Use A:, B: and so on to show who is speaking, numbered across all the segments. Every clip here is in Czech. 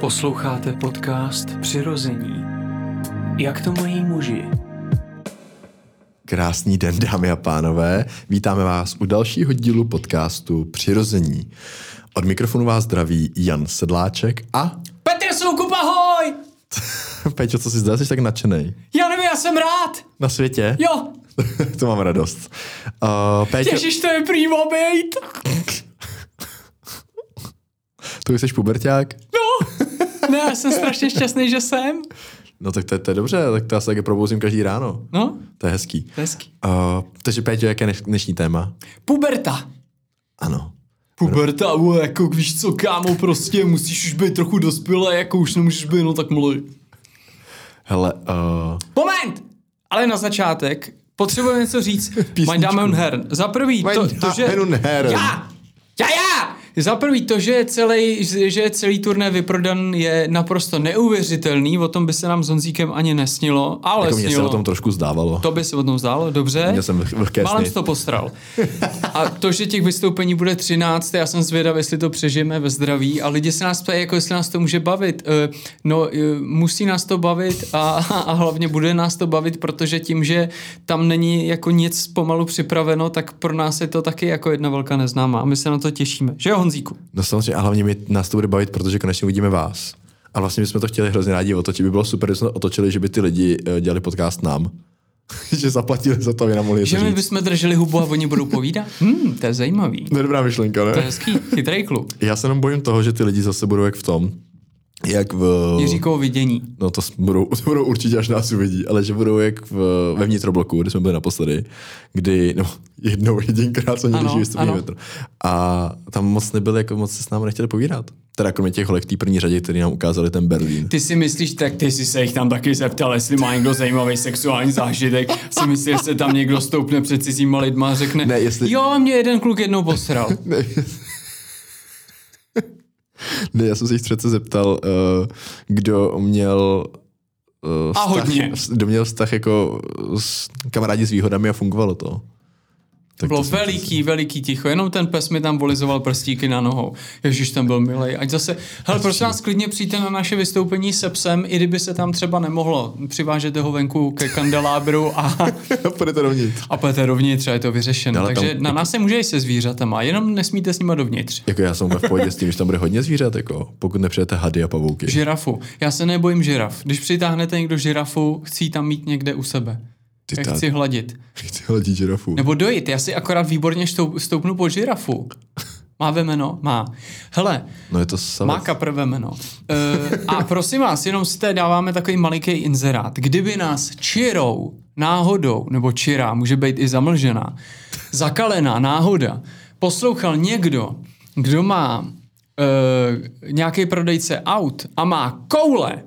A: Posloucháte podcast Přirození. Jak to mají muži?
B: Krásný den, dámy a pánové. Vítáme vás u dalšího dílu podcastu Přirození. Od mikrofonu vás zdraví Jan Sedláček a...
A: Petr Soukup, ahoj!
B: Peťo, co jsi zde? Jsi tak nadšenej?
A: Já nevím, já jsem rád.
B: Na světě?
A: Jo.
B: To mám radost. Peťo...
A: Ježiš, to je prýmo bejt.
B: Tu jsi puberťák?
A: No. Ne, já jsem strašně šťastný, že jsem.
B: No tak to je dobře, tak to já se taky probouzím každý ráno.
A: No.
B: To je hezký.
A: To je hezký.
B: Takže Péťo, jaké je dnešní téma?
A: Puberta.
B: Ano.
A: Puberta, jako víš co, kámo, prostě musíš už být trochu dospělý, jako už nemůžeš být, no tak mluv.
B: Hele,
A: Moment! Ale na začátek potřebujeme něco říct. Mein Damen und Herren. Za prvý to, že... Já! Za prvý to, že je celý turné vyprodan, je naprosto neuvěřitelný, o tom by se nám s Honzíkem ani nesnilo, ale
B: jako
A: snilo.
B: Mně se o tom trošku zdávalo.
A: To by se o tom zdálo, dobře.
B: Měl jsem vlhké
A: Málem
B: sny.
A: jsi to postral. A to, že těch vystoupení bude 13, já jsem zvědav, jestli to přežijeme ve zdraví a lidi se nás ptají, jako jestli nás to může bavit. Musí nás to bavit a hlavně bude nás to bavit, protože tím, že tam není jako nic pomalu připraveno, tak pro nás je to taky jako jedna velká neznámá a my se na to těšíme. Že jo, Honzíku?
B: No samozřejmě, a hlavně nás to bude bavit, protože konečně uvidíme vás. A vlastně bychom to chtěli hrozně rádi otočit. By bylo super, kdyby jsme to otočili, že by ty lidi dělali podcast nám. Že zaplatili za to, aby nám mohli
A: že my bychom drželi hubu a oni budou povídat? To je zajímavý.
B: To je dobrá myšlenka, ne?
A: To je hezký, chytrý klub.
B: Já se jenom bojím toho, že ty lidi zase budou jak v tom, jak v...
A: Jiříkovo vidění.
B: No to budou určitě, až nás uvidí, ale že budou jak ve vnitrobloku, kde jsme byli naposledy, kdy, no jedinkrát jsme měli vystoupení metro. A tam moc nebyli, jako moc se s námi nechtěli povídat. Teda kromě těch holek v té první řadě, který nám ukázali ten Berlín.
A: Ty si myslíš, tak ty si se jich tam taky zeptal, jestli má někdo zajímavý sexuální zážitek. Si myslíš, že se tam někdo stoupne před cizíma lidma a řekne,
B: ne, jestli...
A: jo, mě jeden kluk jednou posral.
B: Ne, já jsem se jich přece zeptal, kdo měl
A: vztah,
B: vztah jako s kamarádi s výhodami a fungovalo to.
A: To bylo veliký ticho, jenom ten pes mi tam volizoval prstíky na nohou. Ježiš, tam byl milej. Ať zase, hele, prosím vás, klidně přijďte na naše vystoupení se psem, i kdyby se tam třeba nemohlo. Přivážete ho venku ke kandelábru a půjdete dovnitř a je to vyřešeno.
B: Ale
A: takže
B: tam,
A: na nás se může i se zvířatama, jenom nesmíte s nima dovnitř.
B: Jako já jsem v pohodě s tím, že tam bude hodně zvířat, jako pokud nepřijete hady a pavouky.
A: Žirafu. Já se nebojím žiraf. Když přitáhnete někdo žirafu, chci tam mít někde u sebe. Chci hladit.
B: Chci hladit žirafu.
A: Nebo dojít. Já si akorát výborně stoupnu pod žirafu. Má vemeno? Má. Hele,
B: no je to savec.
A: Má kapr vemeno. A prosím vás, jenom si tady dáváme takový maliký inzerát. Kdyby nás čirou náhodou, nebo čirá, může být i zamlžená, zakalená náhoda, poslouchal někdo, kdo má nějaký prodejce aut a má koule,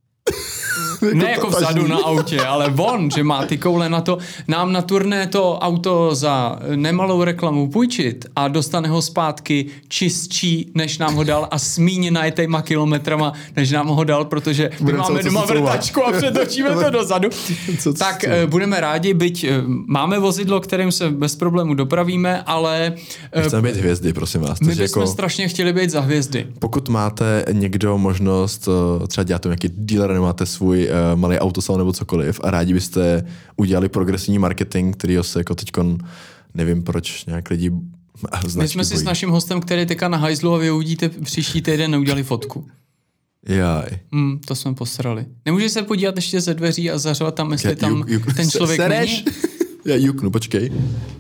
A: ne jako vzadu na autě, ale on, že má ty koule na to, nám na turné to auto za nemalou reklamu půjčit a dostane ho zpátky čistší, než nám ho dal a smíně najetejma kilometrama, než nám ho dal, protože my máme doma vrtačku a přetočíme to dozadu. Tak budeme rádi, byť máme vozidlo, kterým se bez problému dopravíme, ale...
B: Chceme být hvězdy, prosím vás.
A: My bychom strašně chtěli být za hvězdy.
B: Pokud máte někdo možnost, třeba dělat to nějaký dealer, nemáte svůj malý autosalon nebo cokoliv a rádi byste udělali progresivní marketing, kterýho se jako teďkon, nevím proč, nějak lidi
A: my jsme si s naším hostem, který teďka na hajzlu a vy uvidíte příští týden, neudělali fotku.
B: Jaj.
A: To jsme posrali. Nemůžeš se podívat ještě ze dveří a zařvat tam, jestli tam ten člověk není?
B: Já juknu, počkej.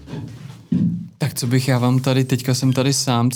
A: Tak co bych já vám tady, teďka jsem tady sám,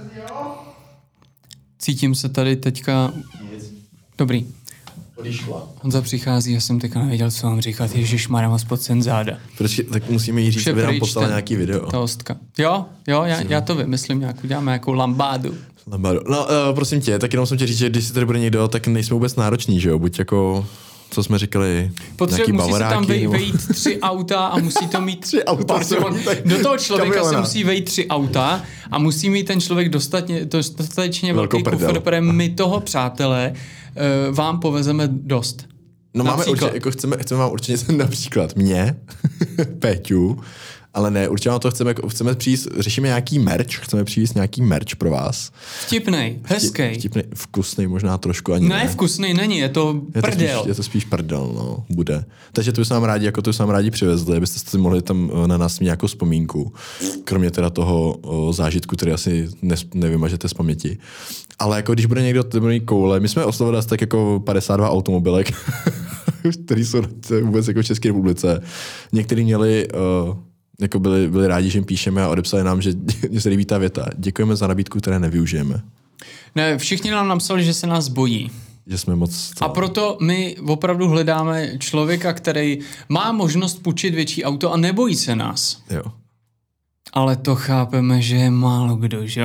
A: cítím se tady teďka... Dobrý. Honza přichází, já jsem teďka nevěděl, co mám říkat. Ježišmarja, mám spod sen záda.
B: Tak musíme jí říct, aby nám poslala nějaký video.
A: Ta hostka. Jo, já to vymyslím nějak, uděláme nějakou lambádu.
B: No, prosím tě, tak jenom jsem tě říct, že když si tady bude někdo, tak nejsme vůbec nároční, že jo? Buď jako, co jsme říkali, nějaký
A: musí
B: bavoráky.
A: Musí se tam vejít 3 auta a musí to mít...
B: 3 auta.
A: Do toho člověka se musí vejít 3 auta a musí mít ten člověk dostatečně velký kufr, protože my toho, přátelé, vám povezeme dost.
B: No například. Máme určitě, jako chceme vám určitě například mě, Péťu, Ale ne, určitě to chceme přijít, řešíme nějaký merch, chceme přijít nějaký merch pro vás.
A: Vtipnej, hezkej.
B: Vtipnej, vkusnej možná trošku ani
A: ne. Vkusnej není, je to prdel.
B: Je to spíš prdel, no, bude. Takže to bychom vám rádi přivezli, abyste si mohli tam na nás mít nějakou vzpomínku. Kromě teda toho zážitku, který asi nevymažete z paměti. Ale jako když bude někdo koule, my jsme oslovili asi tak jako 52 automobilek, který jsou vůbec jako v České republice. Někteří měli, jako byli rádi, že jim píšeme a odepsali nám, že mě se líbí ta věta. Děkujeme za nabídku, které nevyužijeme.
A: Ne, všichni nám napsali, že se nás bojí.
B: Že jsme moc...
A: A proto my opravdu hledáme člověka, který má možnost půjčit větší auto a nebojí se nás.
B: Jo.
A: Ale to chápeme, že je málo kdo, že jo?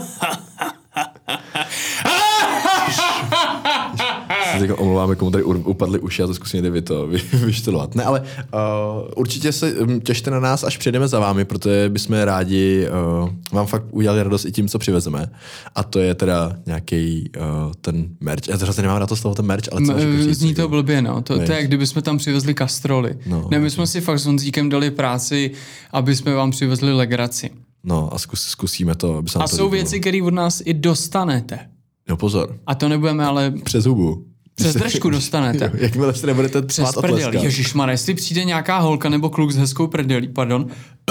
B: Se omlouváme, komu tady upadly uši a to zkusím někde vyštylovat. Ne, ale určitě se těšte na nás, až přijdeme za vámi, protože bychom rádi vám fakt udělali radost i tím, co přivezeme. A to je teda nějaký ten merch. Já to nemám na to slovo ten merch, ale co
A: zní to blbě, no. To je, jak kdybychom tam přivezli kastroly.
B: No.
A: Ne, my jsme si fakt s Honzíkem dali práci, aby jsme vám přivezli legraci.
B: No a zkusíme to, aby se nám
A: a
B: to
A: jsou
B: líbilo.
A: věci, které od nás i dostanete.
B: No pozor.
A: A to nebudeme ale...
B: Přes hubu.
A: Přes držku dostanete.
B: Jakmile se nebudete
A: přes prdel. Ježišmarja, jestli přijde nějaká holka nebo kluk s hezkou prdelí, pardon.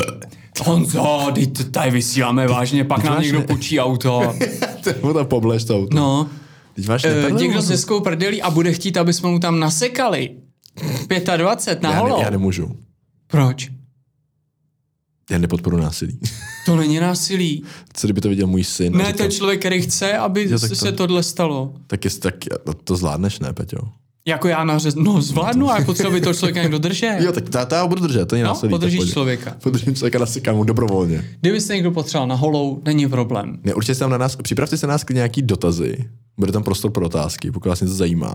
A: Honzo, tady vysíláme vážně, pak nám někdo půjčí auto.
B: Mu tam pobleš to auto.
A: No. Někdo s hezkou prdelí a bude chtít, aby jsme mu tam nasekali. 25 na holou.
B: Já nemůžu.
A: Proč?
B: Já nepodporuji násilí.
A: To není násilí.
B: Co kdyby to viděl můj syn?
A: Ne, to je člověk, který chce, aby se tohle stalo.
B: Tak to zvládneš, ne, Peťo?
A: Jako já zvládnu, ale potřebuji, aby to člověka někdo držel.
B: Jo, tak já ho budu držet, to není násilí.
A: Podržíš člověka.
B: Podržím člověka, nasekám mu dobrovolně.
A: Kdyby se někdo potřeboval na holou, není problém.
B: Ne, určitě se tam na nás, připravte se na nás nějaký dotazy, bude tam prostor pro otázky, pokud vás něco zajímá.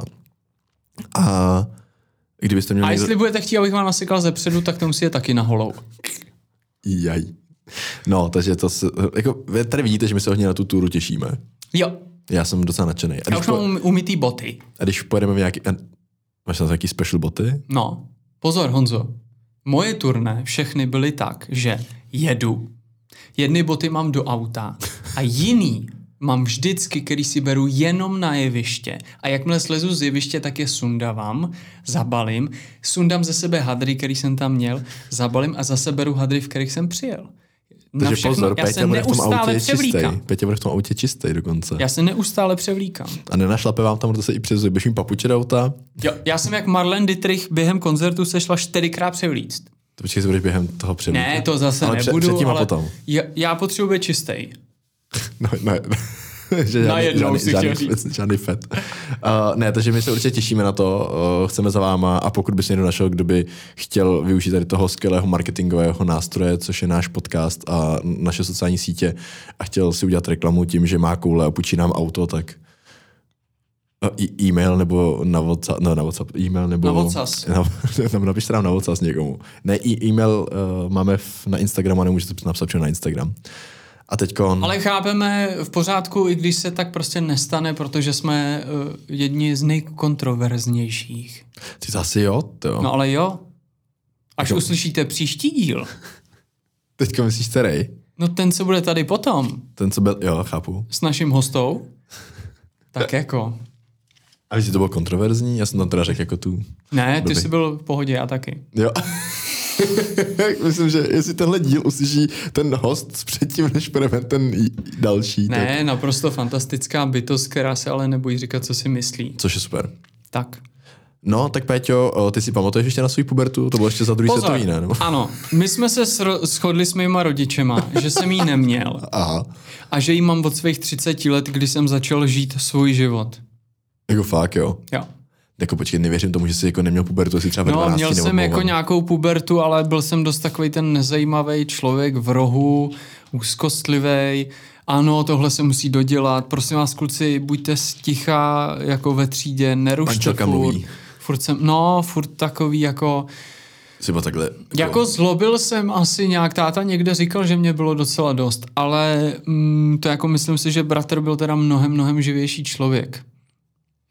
B: A kdybyste měli...
A: A jestli budete chtít, abych vám nasekal zepředu, tak to musíte taky na holou.
B: Jaj. No, takže to se, jako, vy tady vidíte, že my se hodně na tu túru těšíme.
A: Jo.
B: Já jsem docela nadšený.
A: Já už mám umytý boty.
B: A když pojedeme v nějaký... Máš tam nějaký special boty?
A: No, pozor Honzo. Moje turné všechny byly tak, že jedu. Jedny boty mám do auta a jiný mám vždycky, který si beru jenom na jeviště. A jakmile slezu z jeviště, tak je sundavám, zabalím, sundám ze sebe hadry, který jsem tam měl, zabalím a zase beru hadry, v kterých jsem přijel.
B: Takže pozor,
A: Péťa bude v tom autě čistý.
B: Péťa bude v tom autě čistý dokonce.
A: Já se neustále převlíkám.
B: A nenašlape vám tam zase i přes zuby, budeš mít papuče do auta?
A: Jo, já jsem jak Marlene Dietrich během koncertu se šla 4krát převlíct.
B: To počkej, se budeš během toho převlíct.
A: Ne, to zase
B: ale
A: nebudu,
B: předtím
A: ale
B: a potom.
A: Já potřebuji být čistý.
B: No, ne.
A: Najednou si chtěl říct.
B: Žádný fet. Ne, takže my se určitě těšíme na to, chceme za váma a pokud by se někdo našel, kdo by chtěl využít tady toho skvělého marketingového nástroje, což je náš podcast a naše sociální sítě a chtěl si udělat reklamu tím, že má koule a půjčí nám auto, tak e-mail nebo na WhatsApp, e-mail nebo...
A: Na WhatsApp.
B: Napište nám na WhatsApp někomu. Ne, e-mail máme na Instagramu a nemůžete napsat na Instagram. A teďkon...
A: Ale chápeme v pořádku, i když se tak prostě nestane, protože jsme jedni z nejkontroverznějších.
B: Ty zase jo? To.
A: No ale jo. Až uslyšíte příští díl.
B: Teďko myslíš který?
A: No ten, co bude tady potom.
B: Ten, co byl, jo, chápu.
A: S naším hostou. Tak jako.
B: A jestli to bylo kontroverzní? Já jsem tam teda řekl jako tu...
A: Ne, ty jsi byl v pohodě, já taky.
B: Jo. Myslím, že jestli tenhle díl uslyší ten host předtím, než budeme ten další.
A: Ne,
B: tak...
A: naprosto fantastická bytost, která se ale nebojí říkat, co si myslí.
B: Což je super.
A: Tak.
B: No, tak Péťo, ty si pamatuješ ještě na svůj pubertu? To bylo ještě za druhý světový, ne? Nebo?
A: Ano, my jsme se shodli s mýma rodičema, že jsem jí neměl.
B: Aha.
A: A že jí mám od svých 30 let, kdy jsem začal žít svůj život.
B: Jako fakt, jo?
A: Jo.
B: Jako počkej, nevěřím tomu, že jsi jako neměl pubertu, asi třeba ve 12
A: měl jsem jako nějakou pubertu, ale byl jsem dost takový ten nezajímavý člověk v rohu, úzkostlivej. Ano, tohle se musí dodělat. Prosím vás, kluci, buďte sticha jako ve třídě, nerušte furt takový jako...
B: Třeba takhle...
A: Jako zlobil jsem asi nějak, táta někde říkal, že mě bylo docela dost, ale to jako myslím si, že bratr byl teda mnohem živější člověk.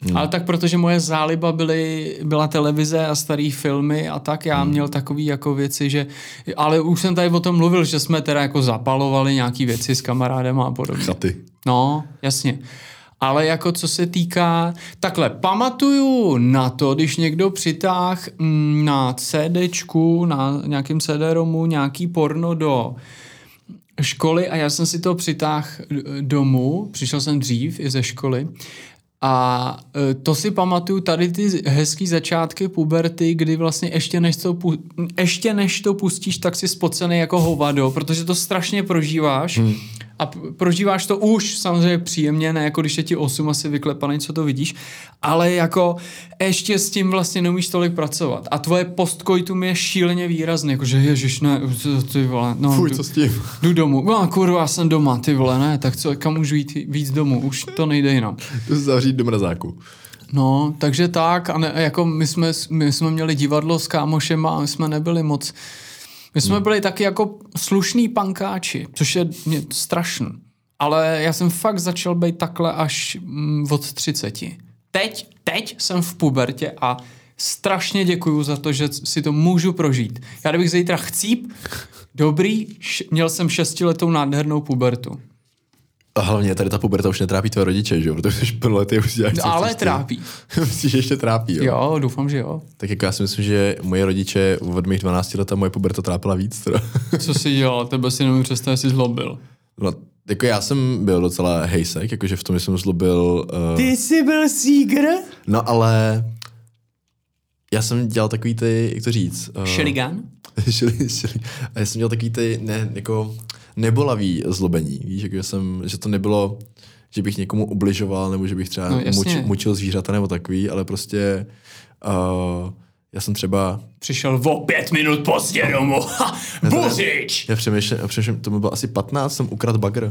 A: Ale tak protože moje záliba byla televize a starý filmy a tak, já měl takový jako věci, že, ale už jsem tady o tom mluvil, že jsme teda jako zapalovali nějaký věci s kamarádem a podobně.
B: Chaty.
A: No, jasně. Ale jako co se týká, takhle, pamatuju na to, když někdo přitáhl na CDčku, na nějakým CD-romu nějaký porno do školy a já jsem si to přitáhl domů, přišel jsem dřív i ze školy a to si pamatuju tady ty hezký začátky puberty, kdy vlastně ještě než to pustíš, tak si spocený jako hovado, protože to strašně prožíváš a prožíváš to už samozřejmě příjemně, ne jako když je ti 8 asi vyklepaný, co to vidíš, ale jako ještě s tím vlastně neumíš tolik pracovat a tvoje postkoitum je šíleně výrazný, jakože ježiš, ne, ty vole, no.
B: Fuj, co s tím?
A: Jdu domů, no kurva, já jsem doma, ty vole, ne, tak co, kam můžu jít víc domů, už to nejde jinam.
B: To se zavřít do mrazáku.
A: No, takže tak, a ne, jako my jsme měli divadlo s kámošema a my jsme nebyli moc. My jsme byli taky jako slušný pankáči, což je strašný. Ale já jsem fakt začal být takhle až od 30. Teď jsem v pubertě a strašně děkuju za to, že si to můžu prožít. Já kdybych zítra chcíp, dobrý, měl jsem 6letou nádhernou pubertu.
B: A hlavně tady ta puberta už netrápí tvoje rodiče, že jo? Protože jsi plnoletý už děláš.
A: Ale trápí.
B: Myslíš, že ještě trápí, jo?
A: Jo, doufám, že jo.
B: Tak jako já si myslím, že moje rodiče od mých 12 let a moje puberta trápila víc. Teda.
A: Co jsi dělal? Tebe si nemůžu představit, jestli zlobil.
B: No, jako já jsem byl docela hejsek, jakože v tom jsem zlobil...
A: Ty jsi byl sígr?
B: No ale já jsem dělal takový ty, jak to říct?
A: Šeligan?
B: A já jsem dělal takový ty, nebolavý zlobení, víš, jako že to nebylo, že bych někomu ubližoval, nebo že bych třeba mučil zvířata nebo takový, ale prostě já jsem třeba...
A: Přišel o 5 minut pozdě domů, buřič!
B: Já přemýšlím, to bylo asi 15, jsem ukradl bagr.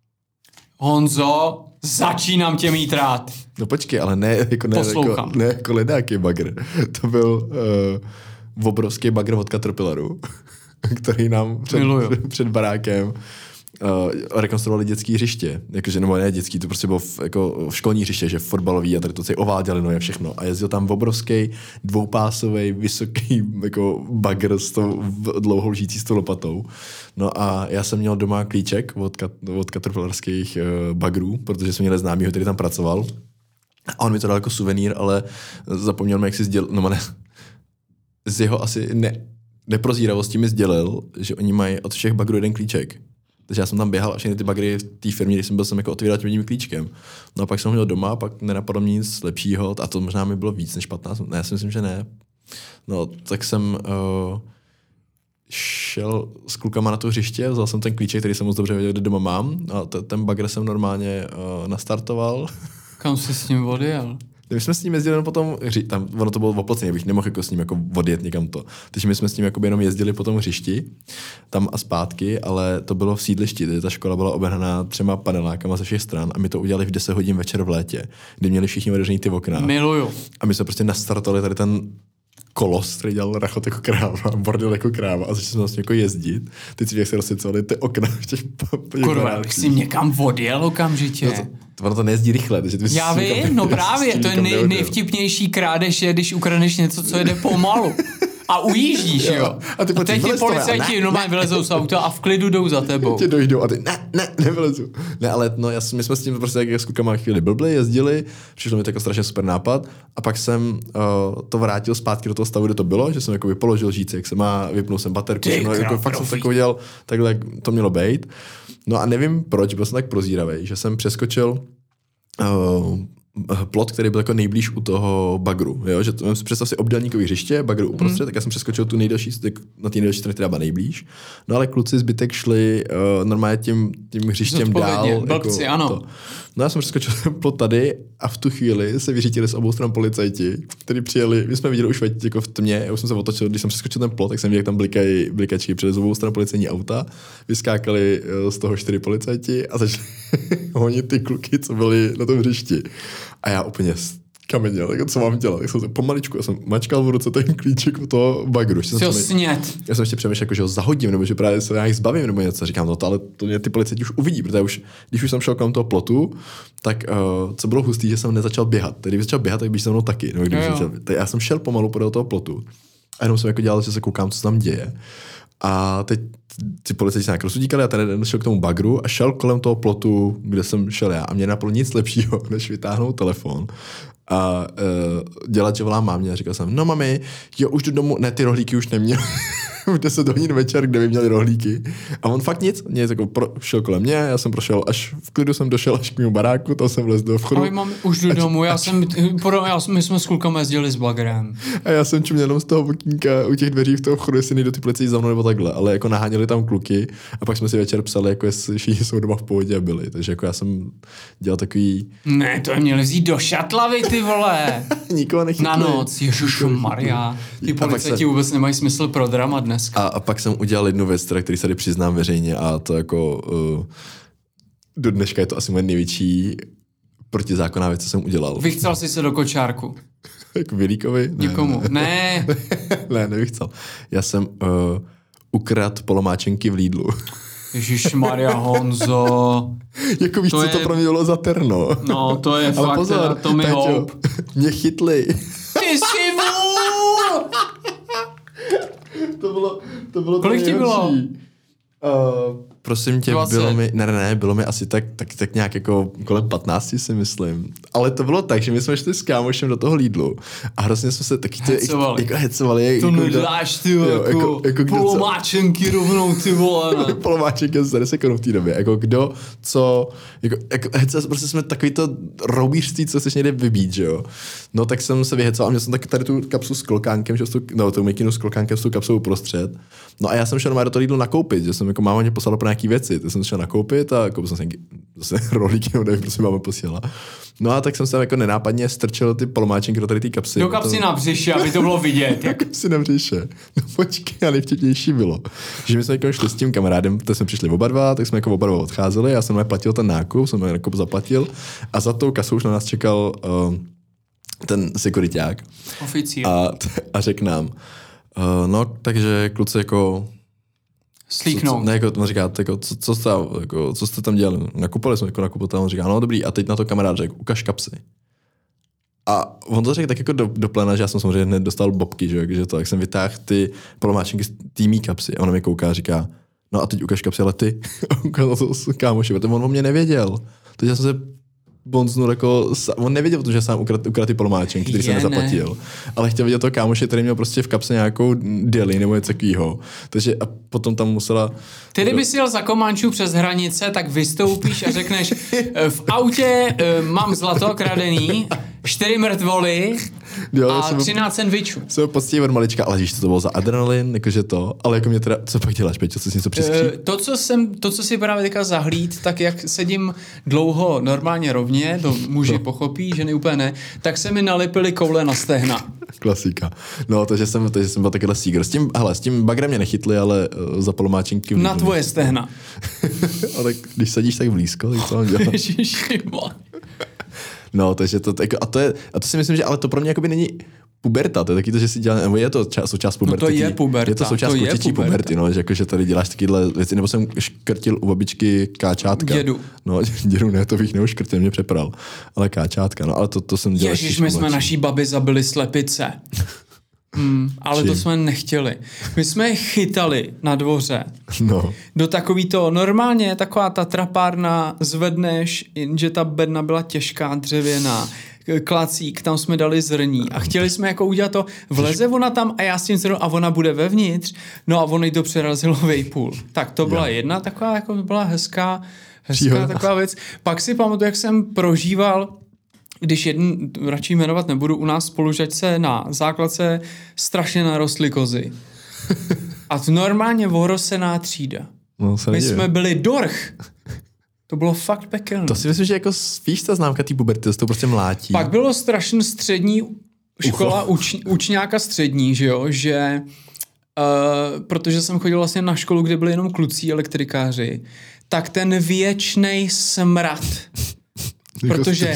A: Honzo, začínám tě mít rád.
B: No počkej, ale ne jako ledáký bagr. To byl obrovský bagr od Caterpillaru, který nám před barákem rekonstruovali dětský hřiště. Jakože, nebo ne dětský, to prostě bylo v školní hřiště, že fotbalový a tady to celý ováděli, no je všechno. A jezdil tam obrovský dvoupásový, vysoký jako bagr s tou dlouhou lžící s tou lopatou. No a já jsem měl doma klíček od caterpillarských bagrů, protože jsme měli známýho, který tam pracoval. A on mi to dal jako suvenýr, ale zapomněl mi, jak si z jeho asi neprozíravosti mi sdělil, že oni mají od všech bagrů jeden klíček. Takže já jsem tam běhal a všechny ty bagry v té firmě, když jsem jako otvíral tím jedním klíčkem. No a pak jsem ho měl doma, pak nenapadlo mě nic lepšího a to možná mi bylo víc než 15. Ne, já si myslím, že ne. No, tak jsem šel s klukama na to hřiště, vzal jsem ten klíček, který jsem moc dobře věděl, kde doma mám a ten bagr jsem normálně nastartoval.
A: Kam jsi s ním odjel?
B: My jsme s ním jezdili potom, tam ono to bylo oplocené, bych nemohl jako s ním jako odjet někam to. Takže my jsme s ním jako jenom jezdili po tom hřišti, tam a zpátky, ale to bylo v sídlišti, tedy ta škola byla obehnaná 3 panelákama ze všech stran a my to udělali v 10 hodin večer v létě, kdy měli všichni otevřený ty okna.
A: Miluju.
B: A my jsme prostě nastartovali tady ten kolos, který dělal rachot jako kráva, bordel jako kráva a začali jsme vlastně jako jezdit. Teď si jak se rozsvěcovaly ty okna v těch
A: kurva, jak jsi někam odjel okamžitě.
B: Ono to nejezdí rychle. Takže
A: já vím, no právě, to je nejvtipnější krádež je, když ukradneš něco, co jede pomalu. A ujíždíš, jo. A teď ti policajti normálně vylezou z auta a v klidu jdou za tebou.
B: Tě dojdou a ty nevylezu. Ne, ale no, my jsme s tím prostě jak s klukama chvíli blbli, jezdili, přišlo mi to jako strašně super nápad a pak jsem to vrátil zpátky do toho stavu, kde to bylo, že jsem jako položil žíce, jak se má, vypnul jsem baterku, no, jako fakt jsem takový dělal, takhle to mělo být. No a nevím proč, byl jsem tak prozíravej, že jsem přeskočil plot, který byl jako nejblíž u toho bagru, jo? Že to, představ si obdélníkový hřiště, bagru uprostřed, tak já jsem přeskočil tu nejdelší, na té nejdelší straně, která byla nejblíž. No ale kluci zbytek šli normálně tím hřištěm dál.
A: Blbci,
B: jako
A: ano.
B: To. No já jsem přeskočil plot tady a v tu chvíli se vyřítili z obou stran policajti, kteří přijeli, my jsme viděli už jako v tmě, já už jsem se otočil, když jsem přeskočil ten plot, tak jsem viděl, jak tam blikačky přijeli z obou stran policejní auta, vyskákali z toho 4 policajti a začali honit ty kluky, co byli na tom hřišti. A já úplně kameněl, jako co mám dělat, tak jsem se pomaličku, já jsem mačkal v ruce ten klíček u toho bagru.
A: Já jsem
B: ještě přemýšlel, jako, že ho zahodím, nebo že právě se nějak zbavím, nebo něco. Říkám, no to, ale to mě ty policajti už uvidí, protože když už jsem šel kolem toho plotu, tak co bylo hustý, že jsem nezačal běhat. Tedy když začal běhat, tak bych se mnou taky. Nebo tak já jsem šel pomalu podél toho plotu a jenom jsem jako dělal, že se koukám, co se tam děje. A teď ty policajti se nějak rozsudíkali a ten jeden šel k tomu bagru a šel kolem toho plotu, kde jsem šel já. A mě napadlo nic lepšího, než vytáhnout telefon a dělat, že volám mámě. A říkal jsem, no mami, jo, už jdu domů, ne, ty rohlíky už neměl. V 10 hodin večer, kde by měli rohlíky. A on fakt nic jako šel kolem mě, já jsem prošel až v klidu, jsem došel až k mému baráku, tam jsem vlez do vchodu.
A: Ale mám už jdu domů, my jsme s klukama jezdili s bagrem.
B: A já jsem čuměl jenom z toho okýnka u těch dveří v toho vchodu, jestli nejde ty policajti za mnou nebo takhle, ale jako naháněli tam kluky a pak jsme si večer psali, jako jestli všichni jsou doma v pohodě a byli. Takže jako já jsem dělal takový...
A: Ne, to je měli vzít do šatlavy, ty vole.
B: Nikoho nechytli.
A: Na noc, ježišmarja. Ty policajti vůbec nemají smysl pro drama dnes.
B: A pak jsem udělal jednu věc, který se tady přiznám veřejně a to jako do dneška je to asi moje největší protizákonná věc, co jsem udělal.
A: Vychcel jsi se do kočárku.
B: Jako Vilíkovi?
A: Někomu. Ne.
B: Ne, nevychcel. Já jsem ukradl polomáčenky v Lidlu.
A: Ježišmarja, Honzo.
B: Jako víš, co to pro mě bylo za terno.
A: No, to je
B: ale
A: fakt
B: pozor,
A: to mi houp.
B: Mě chytli.
A: Ty jsi vůl!
B: To bylo
A: kolik ti bylo?
B: Prosím tě,
A: 20.
B: bylo mi asi tak nějak jako kolem 15 si myslím. Ale to bylo tak, že my jsme šli s kámošem do toho Lidlu a hrozně jsme se taky hecovali.
A: To nedáš ty jako polomáčenky rovnou ty vole.
B: Polomáčenky za 10 korun v té době. Jako kdo, co, prostě jsme takový to roubířství, co chceš někde vybít, že jo. No tak jsem se vyhecoval a měl jsem taky tady tu kapsu s klokánkem, tu mikinu s klokánkem s tou kapsou uprostřed. No a já jsem šel do toho Lidlu nakoupit, že jsem jako máma mě poslala pro nějaký věci, tak jsem šel nakoupit a koupil jsem zase rohlíky, nevím, prostě máma posílala. No a tak jsem se jako nenápadně strčil ty polomáčenky do tady té kapsy.
A: Do kapsy na břiše, aby to bylo vidět.
B: Do kapsy na břiše. No počkej, a nejvtipnější bylo, že my jsme jako šli s tím kamarádem, tak jsme přišli oba dva, tak jsme jako oba dva odcházeli, já jsem platil ten nákup, jsem nákup zaplatil a za tou kasou už na nás čekal ten sekuriťák.
A: Oficiál.
B: A řekl nám, no takže kluci jako
A: slíknout.
B: Ne, jako on říká, jako, co jste tam dělali? Nakupovali jsme jako nakupotel, on říká, no dobrý, a teď na to kamarád řekl, ukaž kapsy. A on to řekl tak jako do plena, že já jsem samozřejmě hned dostal bobky, že to, jak jsem vytáhl ty polomáčenky z týmí kapsy a on mi kouká a říká, no a teď ukaž kapsy, ale ty. A ukázal to s kámoši, protože on o mě nevěděl. Takže já jsem se bonznul jako, on nevěděl o tom, že sám ukradl ty polomáčenky, který jsem nezaplatil. Ale chtěl vidět toho kámoše, který měl prostě v kapse nějakou deli nebo něco takového. Takže a potom tam musela...
A: Ty kdyby si jel za Komančů přes hranice, tak vystoupíš a řekneš, v autě mám zlato kradený, 4 mrtvoly a 13 sandvičů.
B: Jsem poctivý od malička, ale víš, co to bylo za adrenalin, jakože to, ale jako mě teda, co pak děláš, Peťo, co jsi něco přiskříp?
A: To, co si právě teďka zahlíd, tak jak sedím dlouho normálně rovně, to muži pochopí, ženy úplně ne, tak se mi nalepily koule na stehna.
B: Klasika. No, takže jsem byl takovýhle sígr. S tím bagrem mě nechytli, ale za polomáčenky...
A: Na tvoje stehna.
B: A tak když sedíš tak blízko, tak co mám dělat? No, takže to si myslím, že ale to pro mě jakoby není puberta, to je taky to, že si dělá, nebo je to součást puberty.
A: No to je puberta.
B: Je to součást klučičí puberty, no, že jakože tady děláš takyhle věci, nebo jsem škrtil u babičky káčátka.
A: Dědu.
B: No, dědu ne, to bych neuškrtil, mě přepral, ale káčátka, no, ale to jsem dělal.
A: Ježiš, my jsme naší babi zabili slepice. Ale to jsme nechtěli. My jsme je chytali na dvoře.
B: No.
A: Do takovýto, normálně taková ta trapárna zvedneš, jenže ta bedna byla těžká, dřevěná, klacík, tam jsme dali zrní a chtěli jsme jako udělat to, vleze ona tam a já s tím zrnu a ona bude vevnitř, no a ono jí to přerazilo vejpůl. Tak to byla jedna taková, jako byla hezká taková věc. Pak si pamatuju, jak jsem prožíval, když radši jmenovat nebudu, u nás spolužačce na základce strašně narostly kozy. A to normálně ohrosená třída.
B: No,
A: my jsme byli dorch. To bylo fakt pekelné.
B: To si myslím, že jako spíš ta známka té puberty, to prostě mlátí.
A: Pak bylo strašně střední škola, učňáka střední, že jo, že protože jsem chodil vlastně na školu, kde byli jenom kluci elektrikáři, tak ten věčnej smrad Protože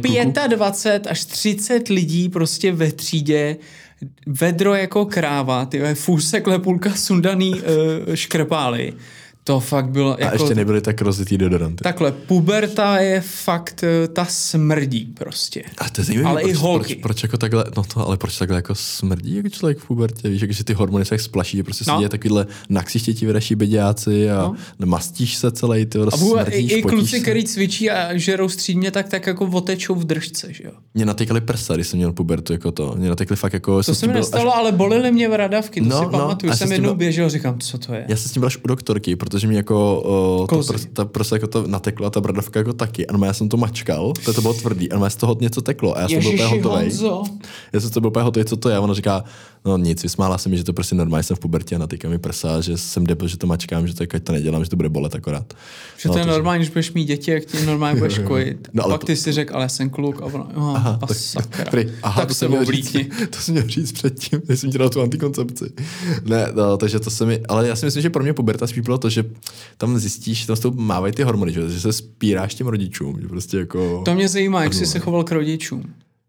A: 25 až 30 lidí prostě ve třídě, vedro jako kráva, fůsekle půlka sundaný škrpály. To fakt bylo
B: jako... A ještě nebyly tak rozjetý deodoranty.
A: Takhle, puberta je fakt, ta smrdí prostě.
B: A to je zajímavé,
A: ale i holky.
B: Proč jako takhle, ale proč takhle jako smrdí jako člověk v pubertě? Víš, že ty hormony se jak splaší, že prostě se děje takovýhle na ksichtě ti vyraší beďáci a mastíš se celý, ty smrdíš,
A: i kluci, který cvičí a žerou střídmě, tak jako otečou v držce, že jo?
B: Mě natýkali prsa, když jsem měl pubertu, jako to. Mě natýkali fakt jako...
A: To se mi nestalo, ale bolely mě bradavky, to si pamatuju. Jsem jednou běžel, říkám, co to je?
B: Já se s tím byl až u doktorky, protože mi jako ta prostě jako to nateklo a ta bradavka jako taky. A já jsem to mačkal, to bylo tvrdý, a z toho něco teklo a já jsem byl úplně hotovej. Já jsem to byl úplně hotový, co to je. A ona říká, no nic, vysmála se mi, že to prostě normálně jsem v pubertě a natýká mi prsa, že jsem debil, že to mačkám, že to jako to nedělám, že to bude bolet akorát.
A: Že to je normálně, když budeš mít děti, jak ti normálně budeš kojit. No, pak ty si řekl, ale jsem kluk a ona, sakra. Tak se oblíkni.
B: To jsem měl říct předtím, než jsem dělal tu antikoncepci. Ne, no, takže to se mi, ale já si myslím, že pro mě puberta spíš bylo to, že tam zjistíš, tam s tou mávají ty hormony, že se spíráš těm rodičům, že prostě jako...
A: To mě zajímá, jak jsi se choval k rodičům.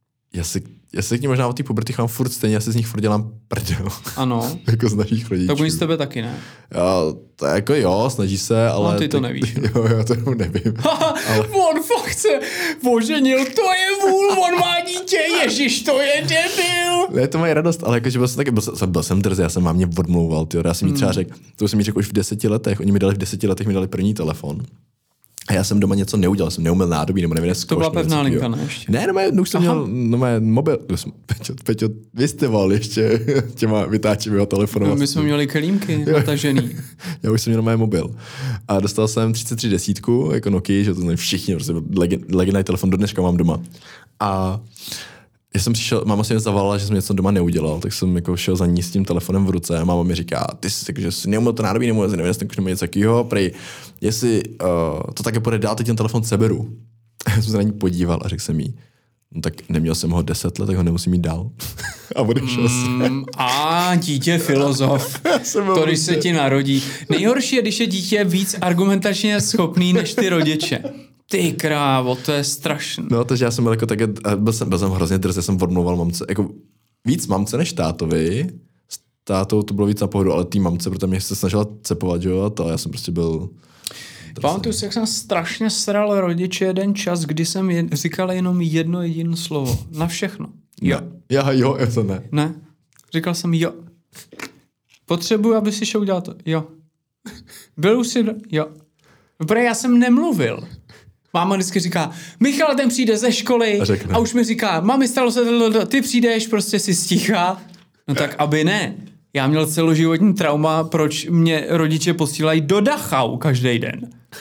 B: Já se k ní možná od té puberty chovám furt stejně, já se z nich furt dělám prdel.
A: Ano.
B: Jako z našich rodičů.
A: Tak oni z tebe taky, ne?
B: To jako jo, snaží se, ale...
A: No ty to nevíš.
B: Jo, já to nevím.
A: Ale... On fakt se oženil, to je vůl, on má dítě, ježiš, to je debil.
B: Ne, to mají radost, ale jakože byl jsem drzý, já jsem mámě odmlouval, tyjo. Já jsem jí třeba řekl, to jsem jí řekl už v 10 letech, oni mi dali v 10 letech první telefon. A já jsem doma něco neudělal, jsem neumyl nádobí, nebo nevím,
A: to byla pevná linka, ne? Ještě.
B: Ne, už jsem měl mobil. Peťo, vy jste volal ještě těma vytáčivýho telefonu.
A: No, my jsme měli kelímky natažený.
B: Já už jsem měl mé mobil. A dostal jsem 3310, jako Nokia, že to znají všichni, prostě legendární telefon, do dneška mám doma. A já jsem přišel, máma se mě zavolala, že jsem něco doma neudělal, tak jsem jako šel za ní s tím telefonem v ruce a máma mi říká, ty jsi že jsi neumil to nádobí, nevím, jestli nebo něco takového, prej, jestli to také půjde dál, teď ten telefon seberu. Já jsem se na ní podíval a řekl jsem jí, no tak neměl jsem ho 10 let, tak ho nemusím mít dál. A odešel jsem.
A: A dítě filozof. To, když se ti narodí. Nejhorší je, když je dítě víc argumentačně schopný než ty rodiče. Ty krávo, to je strašné.
B: No, takže já jsem byl jako také, byl jsem hrozně drzý, jsem odmlouval mamce, jako víc mamce než tátovi. S tátou to bylo víc na pohodu, ale tý mamce, protože mě se snažila cepovat, jo, a to já jsem prostě byl...
A: Pamatuju si, jak jsem strašně sral rodiče jeden čas, kdy jsem říkal jenom jedno jediné slovo. Na všechno. Jo.
B: Jo, to ne.
A: Ne. Říkal jsem jo. Potřebuji, aby si šel udělat to. Jo. Byl už si... Jo. Protože já jsem nemluvil. Máma vždycky říká, Michal, ten přijde ze školy a už mi říká, mami, stalo se ty přijdeš, prostě si stíchá. No tak aby ne. Já měl celoživotní trauma, proč mě rodiče posílají do Dachau každý den.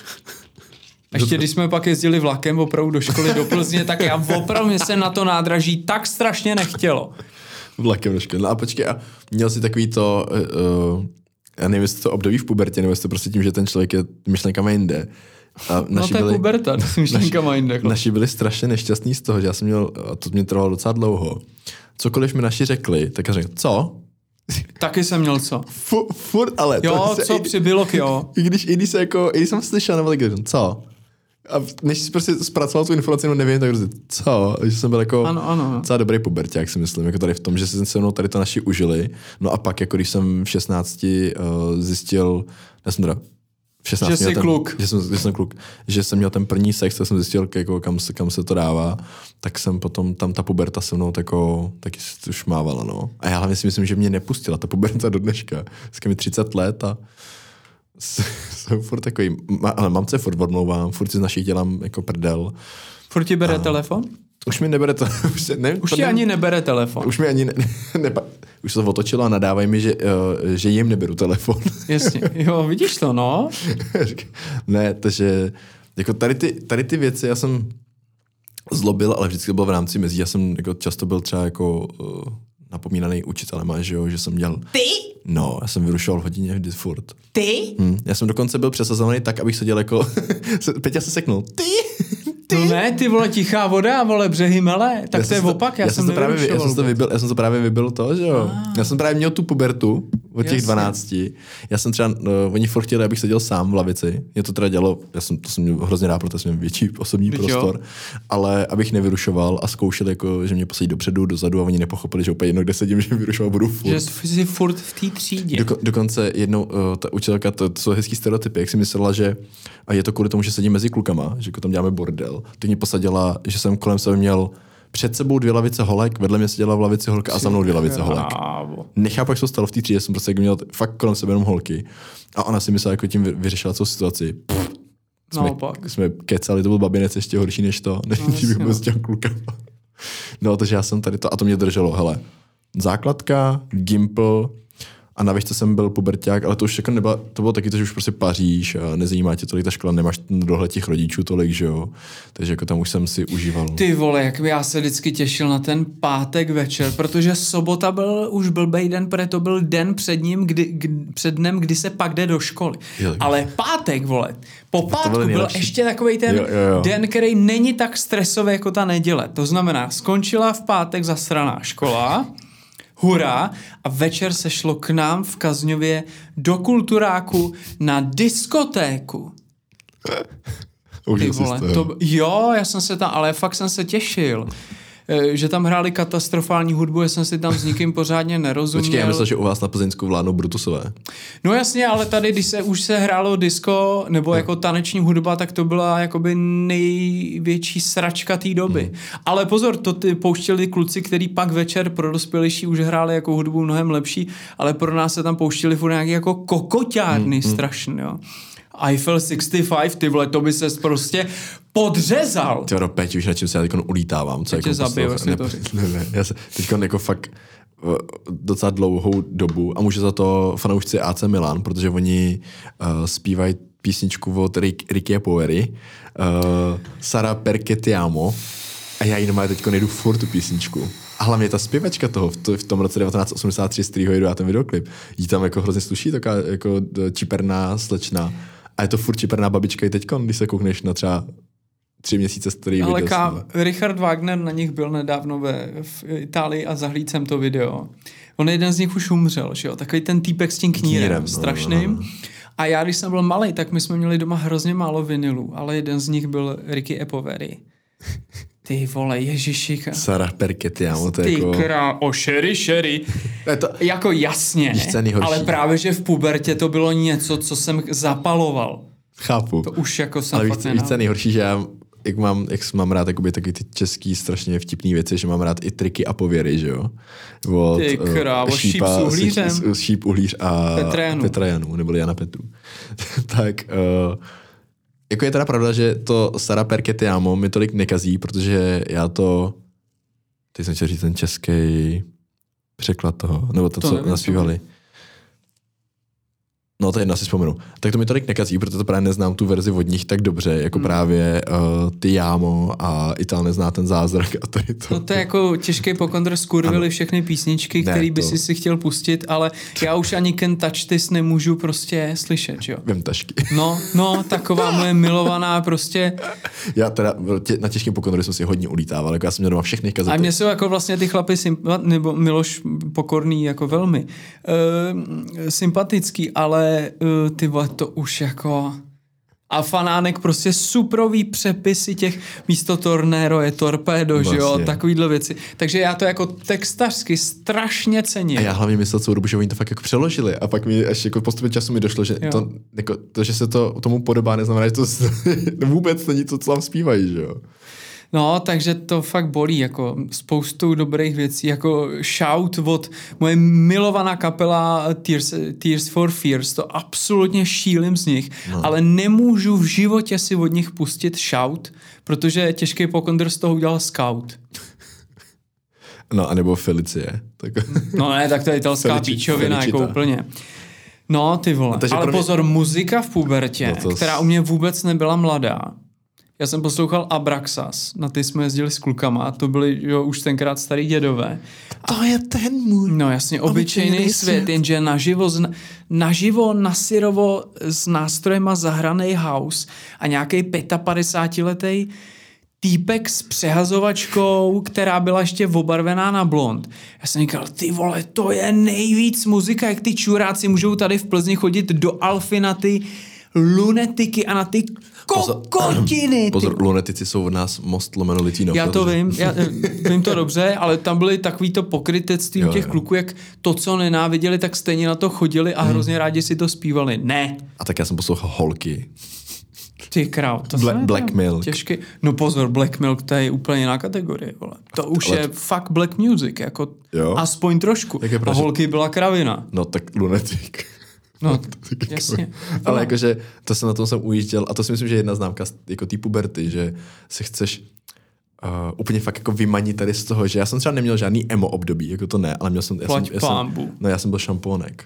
A: Ještě když jsme pak jezdili vlakem opravdu do školy do Plzně, tak já opravdu se na to nádraží tak strašně nechtělo.
B: Vlakem do školy. No a počkej, a měl jsi takový to, já nevím, jestli to období v pubertě, nebo jestli to prostě tím, že ten člověk je myšlenkama jinde. A
A: no to je puberta, myšlenkama jinde.
B: Naši byli strašně nešťastní z toho, že já jsem měl, a to mě trvalo docela dlouho, cokoliv mi naši řekli, tak já řekl, co?
A: Taky jsem měl co?
B: Furt, ale...
A: Jo, co přibylo k jo.
B: I když jsem slyšel, nebo tak co? A než jsi prostě zpracoval tu informaci, no nevím, tak co? Že jsem byl jako docela dobrý puberťák, si myslím, jako tady v tom, že si se mnou tady to naši užili. No a pak, jako když jsem v 16 zjistil, já jsem teda v 16
A: že jsi kluk.
B: Že jsem kluk. Že jsem měl ten první sex, tak jsem zjistil, jako, kam se to dává. Tak jsem potom, tam ta puberta se mnou taky už mávala, no. A já hlavně si myslím, že mě nepustila ta puberta do dneška. Dneska mi 30 let a jsem furt takový, ale mamce furt odmlouvám, furt si z našich dělám jako prdel.
A: Furt ti bere telefon?
B: Už mi nebere telefon.
A: Už ti ani nebere telefon.
B: Už mi ani už se to otočilo a nadávají mi, že jim neberu telefon.
A: Jasně, jo, vidíš to, no.
B: Ne, takže jako tady ty věci já jsem zlobil, ale vždycky byl v rámci mezí. Já jsem jako často byl třeba jako napomínaný učitelema, že jo, že jsem dělal...
A: Ty?
B: No, já jsem vyrušoval v hodině vždy furt.
A: Ty?
B: Já jsem dokonce byl přesazovaný tak, abych seděl jako... Peťa se seknul. Ty?
A: No ne, ty vole, tichá voda, vole, břehy melé. Tak to je opak, já jsem to právě
B: vybil to, že jo. Já jsem právě měl tu pubertu od těch 12. Já jsem třeba, oni furt chtěli, abych seděl sám v lavici. Mě to teda dělalo, to jsem měl hrozně rád, protože jsem měl větší osobní prostor, ale abych nevyrušoval a zkoušel, jako, že mě posadí dopředu, dozadu a oni nepochopili, že úplně jedno, kde sedím, že vyrušoval, budu furt.
A: Že jsi furt v té třídě.
B: Dokonce jednou ta učitelka, to jsou hezký stereotypy, jak si myslela, že a je to kvůli tomu, že sedím mezi klukama, že jako tam děláme bordel, tak mě posadila, že jsem kolem sebe měl před sebou 2 lavice holek, vedle mě seděla v lavici holka a za mnou 2 lavice holek. Nechápu, jak se to stalo v té třídě, jsem prostě měl fakt kolem sebe jenom holky. A ona si myslela, jako tím vyřešila celou situaci. Jsme kecali, to byl babinec ještě horší než to, než bych byl s těm klukama. No, takže já jsem tady to, a to mě drželo, hele. Základka, Gimpl, a na výšce jsem byl puberťák, ale to už jako nebyla, to bylo taky to, že už prostě Paříž a nezajímá tě tolik ta škola, nemáš dohled těch rodičů tolik, že jo. Takže jako tam už jsem si užíval.
A: Ty vole, jak já se vždycky těšil na ten pátek večer, protože sobota byl už blbej den, protože to byl den před ním, před dnem, kdy se pak jde do školy. Jo, ale pátek, vole, po pátku byl ještě takovej ten den, který není tak stresový jako ta neděle. To znamená, skončila v pátek zasraná škola, hurá, a večer se šlo k nám v Kazňově do Kulturáku na diskotéku. Ty vole, jo, já jsem se tam, ale fakt jsem se těšil, že tam hráli katastrofální hudbu, já jsem si tam s nikým pořádně nerozuměl.
B: Počkej, já myslel, že u vás na Plzeňsku vládnou Brutusové.
A: No jasně, ale tady, když už se hrálo disco, nebo jako taneční hudba, tak to byla jakoby největší sračka té doby. Ale pozor, to pouštěli kluci, který pak večer pro dospělejší už hráli jako hudbu mnohem lepší, ale pro nás se tam pouštěli furt nějaký jako kokoťárny strašný, jo. Eiffel 65, ty vole, to by ses prostě podřezal.
B: Ty Peti, už na čem se já teď ulítávám. Co
A: jako tě zabiju,
B: ne, já se teď jako fakt docela dlouhou dobu a můžu za to fanoušci AC Milan, protože oni zpívají písničku od Ricky Poveri, Sara perché ti amo, a já ji teď nejdu furt tu písničku. A hlavně ta zpěvačka toho v tom roce 1983, z kterého jdu já ten videoklip, jí tam jako hrozně sluší, taková jako čiperná slečna. A je to furt čiperná babička i teďkon, když se koukneš na třeba 3 měsíce starý video.
A: Ale Richard Wagner na nich byl nedávno v Itálii a zahlíd jsem to video. On jeden z nich už umřel, že jo? Takový ten týpek s tím knírem strašným. No. A já, když jsem byl malej, tak my jsme měli doma hrozně málo vinylů, ale jeden z nich byl Ricky Poveri. Ty vole, ježišika.
B: Sara perché ti amo, to
A: je
B: jako...
A: Sherry. Jako jasně, ale právě, že v pubertě to bylo něco, co jsem zapaloval.
B: Chápu.
A: To už jako jsem
B: ale
A: fakt nenávil.
B: Ale víš, co je nejhorší, že já, jak mám rád taky ty český strašně vtipný věci, že mám rád i triky a pověry, že jo?
A: Ty krávo, šíp s uhlířem.
B: Šíp, uhlíř a
A: Petrajanu,
B: neboli Jana Petru. Tak... Jako je teda pravda, že to Sara perché ti amo mi tolik nekazí, protože já to... Teď jsem chtěl říct ten český překlad toho, nebo to co naspívali. No to jedno si vzpomenu. Tak to mi tolik nekazí, protože to právě neznám tu verzi od nich tak dobře, jako právě Ty jámo a Ital nezná ten zázrak a tady to.
A: No to je jako těžký pokondr, skurvili všechny písničky, který by si chtěl pustit, ale já už ani Can't Touch This nemůžu prostě slyšet, jo.
B: Vem tašky.
A: No, taková moje milovaná prostě.
B: Já teda na těžkém pokondru jsem si hodně ulítával, jako já jsem měl doma všechny kazety.
A: A mě jsou jako vlastně ty chlapy nebo Miloš Pokorný jako velmi sympatický, ale ty vole, to už jako... A Fanánek prostě suprový přepisy těch místo Tornero je Torpedo, vlastně. Že jo, takovýhle věci. Takže já to jako textařsky strašně cením. A
B: já hlavně myslel celou dobu, že oni to fakt jako přeložili a pak mi až jako postupem času mi došlo, že to, že se to tomu podobá, neznamená, že to vůbec není to, co tam zpívají, že jo.
A: No, takže to fakt bolí, jako spoustu dobrých věcí, jako Shout od moje milovaná kapela Tears for Fears, to absolutně šílim z nich, ale nemůžu v životě si od nich pustit Shout, protože těžký pokondr z toho udělal Scout.
B: No, anebo Felicie. Tak...
A: No ne, tak to je italská píčovina, jako úplně. No, ty vole, ale pozor, muzika v pubertě, která u mě vůbec nebyla mladá. Já jsem poslouchal Abraxas, na ty jsme jezdili s klukama a to byli už tenkrát starý dědové.
B: To je ten můj.
A: No jasně, obyčejný svět, jenže naživo, nasyrovo s nástrojema zahranej house a nějaký 55letý týpek s přehazovačkou, která byla ještě obarvená na blond. Já jsem říkal, ty vole, to je nejvíc muzika, jak ty čuráci můžou tady v Plzni chodit do Alfy na ty lunetiky a na ty kokotiny.
B: Pozor, lunetici jsou od nás Most lomeno Litvínovka.
A: Já to vím, vím to dobře, ale tam byly takovýto pokrytectví těch kluků, jak to, co nenáviděli, tak stejně na to chodili a hrozně rádi si to zpívali. Ne.
B: A tak já jsem poslouchal Holky.
A: Ty král, to
B: Black Milk.
A: Těžký. No pozor, Black Milk, to je úplně jiná kategorie, vole. To už je fakt black music, jako aspoň trošku. A Holky byla kravina.
B: No tak lunetik.
A: No, jasně.
B: Ale jakože, to jsem na tom ujížděl a to si myslím, že je jedna známka jako té puberty, že si chceš úplně fakt jako vymanit tady z toho, že já jsem třeba neměl žádný emo období, jako to ne, ale měl jsem, já jsem byl šampónek.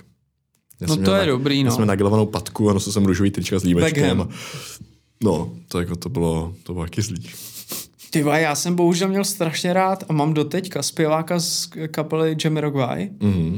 A: Je dobrý, no.
B: Já jsem nagilovanou patku a nosil jsem růžový trička s límečkem. No, to jako to bylo taky zlý.
A: Tyva, já jsem bohužel měl strašně rád a mám doteďka zpěváka z kapely Jamiroquai,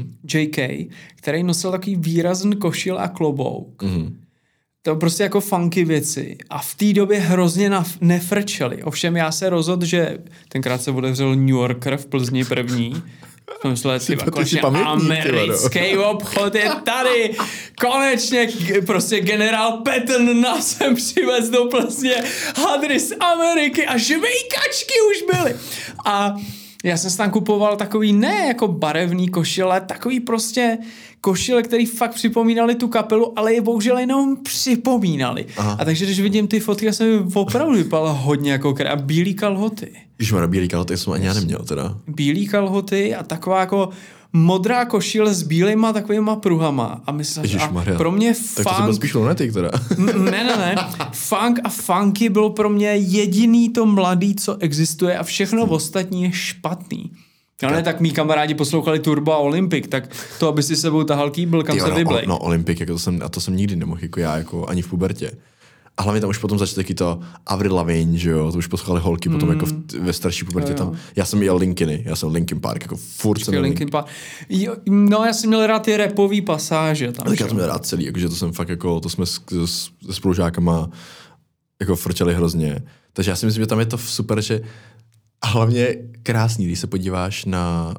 A: JK, který nosil takový výrazný košil a klobouk. To prostě jako funky věci. A v té době hrozně nefrčeli. Ovšem já se rozhodl, že tenkrát se otevřel New Yorker v Plzni první. Myslel si, konečně americký obchod je tady. Konečně prostě generál Patton nás sem přivez do Plzně. Hadry z Ameriky a žvejkačky už byly. A já jsem si tam kupoval takový ne jako barevný košile, takový prostě košile, který fakt připomínali tu kapelu, ale je bohužel jenom připomínali. Aha. A takže když vidím ty fotky, já jsem opravdu vypadal hodně jako a bílý kalhoty.
B: Ježišmarja, bílý kalhoty jsem ani já neměl teda.
A: Bílý kalhoty a taková jako modrá košile s bílýma takovýma pruhama. A myslím, pro mě funk...
B: Tak to jsem byl spíš lunetik teda.
A: Ne. Funk a funky bylo pro mě jediný to mladý, co existuje a všechno ostatní je špatný. No ne, tak mý kamarádi poslouchali Turbo a Olympic, tak to, aby si sebou tahal kýbl, kam se vyblej.
B: No Olympic, jako to jsem nikdy nemohl, jako já, jako ani v pubertě. A hlavně tam už potom začaly taky to Avril Lavigne, že jo, to už poslouchali Holky, potom jako ve starší pubertě tam. Já jsem jel Linkin Park, jako furt jsem
A: Linkin Park. No, já jsem měl rád ty rapový pasáže tam.
B: Tak já to měl rád celý, jakože to jsem fakt jako, to jsme se spolužákama jako frčeli hrozně. Takže já si myslím, že tam je to super, že a hlavně krásný, když se podíváš na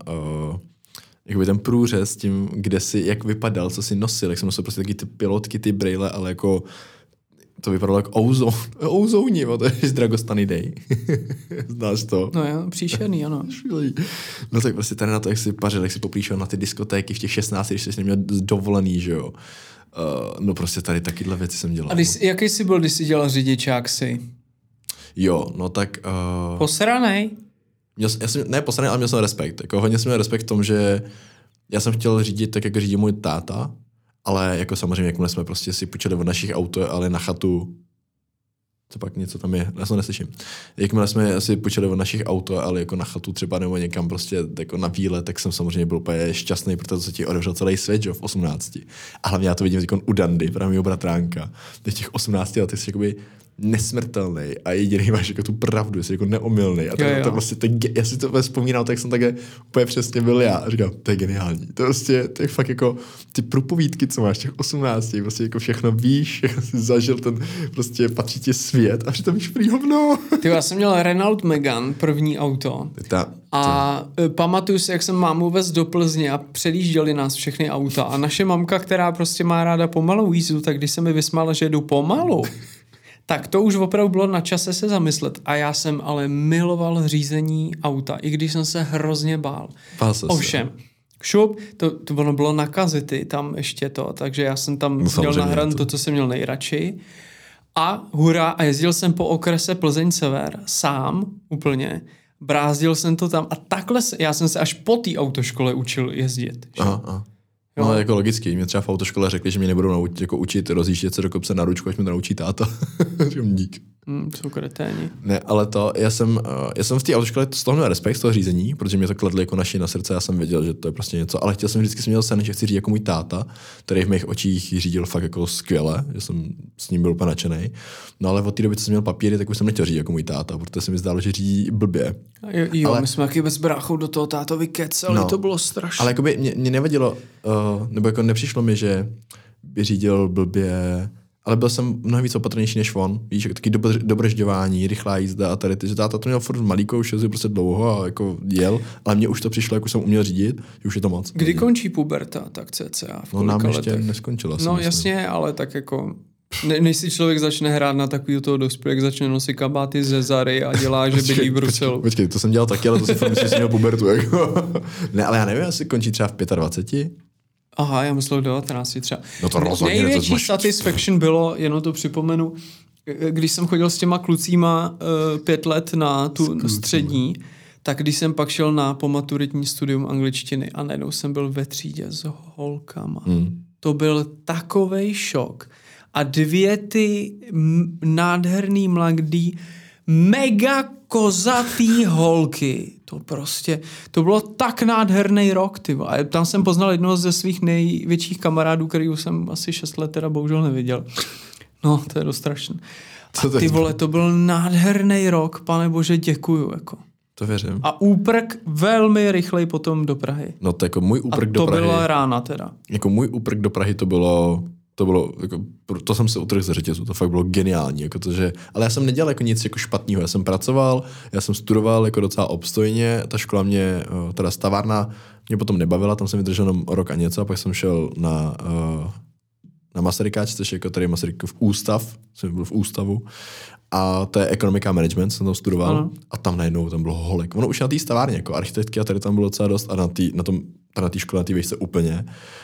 B: jakoby ten průřez tím, kde si, jak vypadal, co si nosil, jak jsem nosil prostě taky ty pilotky, ty brejle, ale jako to vypadalo jako Ouzouni, to je z Dragostany Day. Znáš to?
A: No jo, příšerný, ano.
B: No tak prostě tady na to, jak si pařil, jak si poplíšel na ty diskotéky v těch 16, když jsi neměl dovolený, že jo. No prostě tady takyhle věci jsem dělal.
A: A jaký jsi byl, když jsi dělal řidičák si?
B: Jo, no tak...
A: Posranej?
B: Ne posranej, ale měl jsem respekt. Jako hodně jsem měl respekt v tom, že já jsem chtěl řídit tak, jak řídí můj táta, ale jako samozřejmě, jakmile jsme prostě si půjčili od našich auto, ale na chatu, co pak něco tam je, já to neslyším. Jakmile jsme si půjčili od našich auto, ale jako na chatu třeba nebo někam prostě jako na výlet, tak jsem samozřejmě byl úplně šťastný, protože se ti odevřel celý svět, že v 18. A hlavně já to vidím u Dandy, právě mýho bratránka. V těch 18 letech jsi jakoby nesmrtelný a jediný máš jako tu pravdu, jsi jako neomylný. A to prostě, já si to vzpomínal, tak jsem také úplně přesně byl já. A říkám, to je geniální. To je fakt jako ty průpovídky, co máš těch 18, prostě jako všechno víš, jako jsi zažil ten prostě patří ti svět a přitom víš prý hovno.
A: Já jsem měl Renault Megane, první auto. A pamatuju si, jak jsem mámu vez do Plzně a předjížděli nás všechny auta. A naše mamka, která prostě má ráda pomalou jízdu, tak když se mi vysmála, že jedu pomalu, tak to už opravdu bylo na čase se zamyslet. A já jsem ale miloval řízení auta, i když jsem se hrozně bál. Ovšem, to ono bylo na kazety, tam ještě to, takže já jsem tam měl nahrané to, co jsem měl nejradši. A hurá, a jezdil jsem po okrese Plzeň Sever, sám úplně, brázdil jsem to tam a takhle, já jsem se až po té autoškole učil jezdit.
B: Aha. No, jako logicky. Mě třeba v autoškole řekli, že mě nebudou učit rozjíždět se do kopce na ručku, až mě to naučí táta. Dík.
A: Jsou kreténi.
B: Ne, ale já jsem v té autoškole z toho měl respekt, z toho řízení, protože mě to kladli jako naši na srdce, já jsem věděl, že to je prostě něco, ale chtěl jsem vždycky měl sen, že chci řídit jako můj táta, který v mých očích řídil fakt jako skvěle, že jsem s ním byl úplně nadšenej. No ale od té doby, co jsem měl papíry, tak už jsem nechtěl řídit jako můj táta, protože se mi zdálo, že řídí blbě.
A: Jo, ale my jsme taky bez bráchou do toho tátovi kecali, to bylo strašné.
B: Ale jakoby mě nevadilo, nebo jako nepřišlo mi, že by řídil blbě, ale byl jsem mnohem víc opatrnější než on. Víš, jako taky dobržďování, rychlá jízda a tady ty, že táta to měl furt malíkou, šel si prostě dlouho a jako jel, ale mně už to přišlo, jako jsem uměl řídit, že už je to moc.
A: Kdy končí puberta, tak cca v
B: No nám ještě
A: letech?
B: neskončila.
A: No jasně, ale tak jako než si člověk začne hrát na takový toho dospělek, začne nosit kabáty ze Zary a dělá, že bydlí v Bruselu.
B: Počkej, to jsem dělal taky, ale to si fakt myslím, že jsem měl pubertu. Jako. Ne, ale já nevím, jestli končí třeba v 25.
A: Aha, já myslel 19 třeba.
B: No to rozhodně.
A: Největší satisfaction bylo, jenom to připomenu, když jsem chodil s těma klucíma 5 let na tu střední, tak když jsem pak šel na pomaturitní studium angličtiny a najednou jsem byl ve třídě s holkama. To byl takovej šok. A 2 ty nádherný mladý, mega kozatý holky. To bylo tak nádherný rok, ty. A tam jsem poznal jednoho ze svých největších kamarádů, kterýho jsem asi 6 let teda bohužel neviděl. No, to je dost strašné. A ty vole, to byl nádherný rok, pane bože, děkuju, jako.
B: To věřím.
A: A úprk velmi rychlej potom do Prahy.
B: No to jako můj úprk do Prahy.
A: A to byla rána teda.
B: Jako můj úprk do Prahy to bylo jako, to jsem se utrhl ze řetězu, to fakt bylo geniální, jako to, že, ale já jsem nedělal jako nic jako špatného, já jsem pracoval, já jsem studoval jako docela obstojně, ta škola mě, teda stavárna mě potom nebavila, tam jsem vydržel jenom rok a něco a pak jsem šel na Masarykáč, což je jako tady Masarykův ústav, jsem byl v ústavu a to je ekonomika a management, jsem tam studoval a tam najednou tam bylo holek. Ono už na té stavárně, jako architektky a tady tam bylo docela dost a na té škole, na té výšce úplně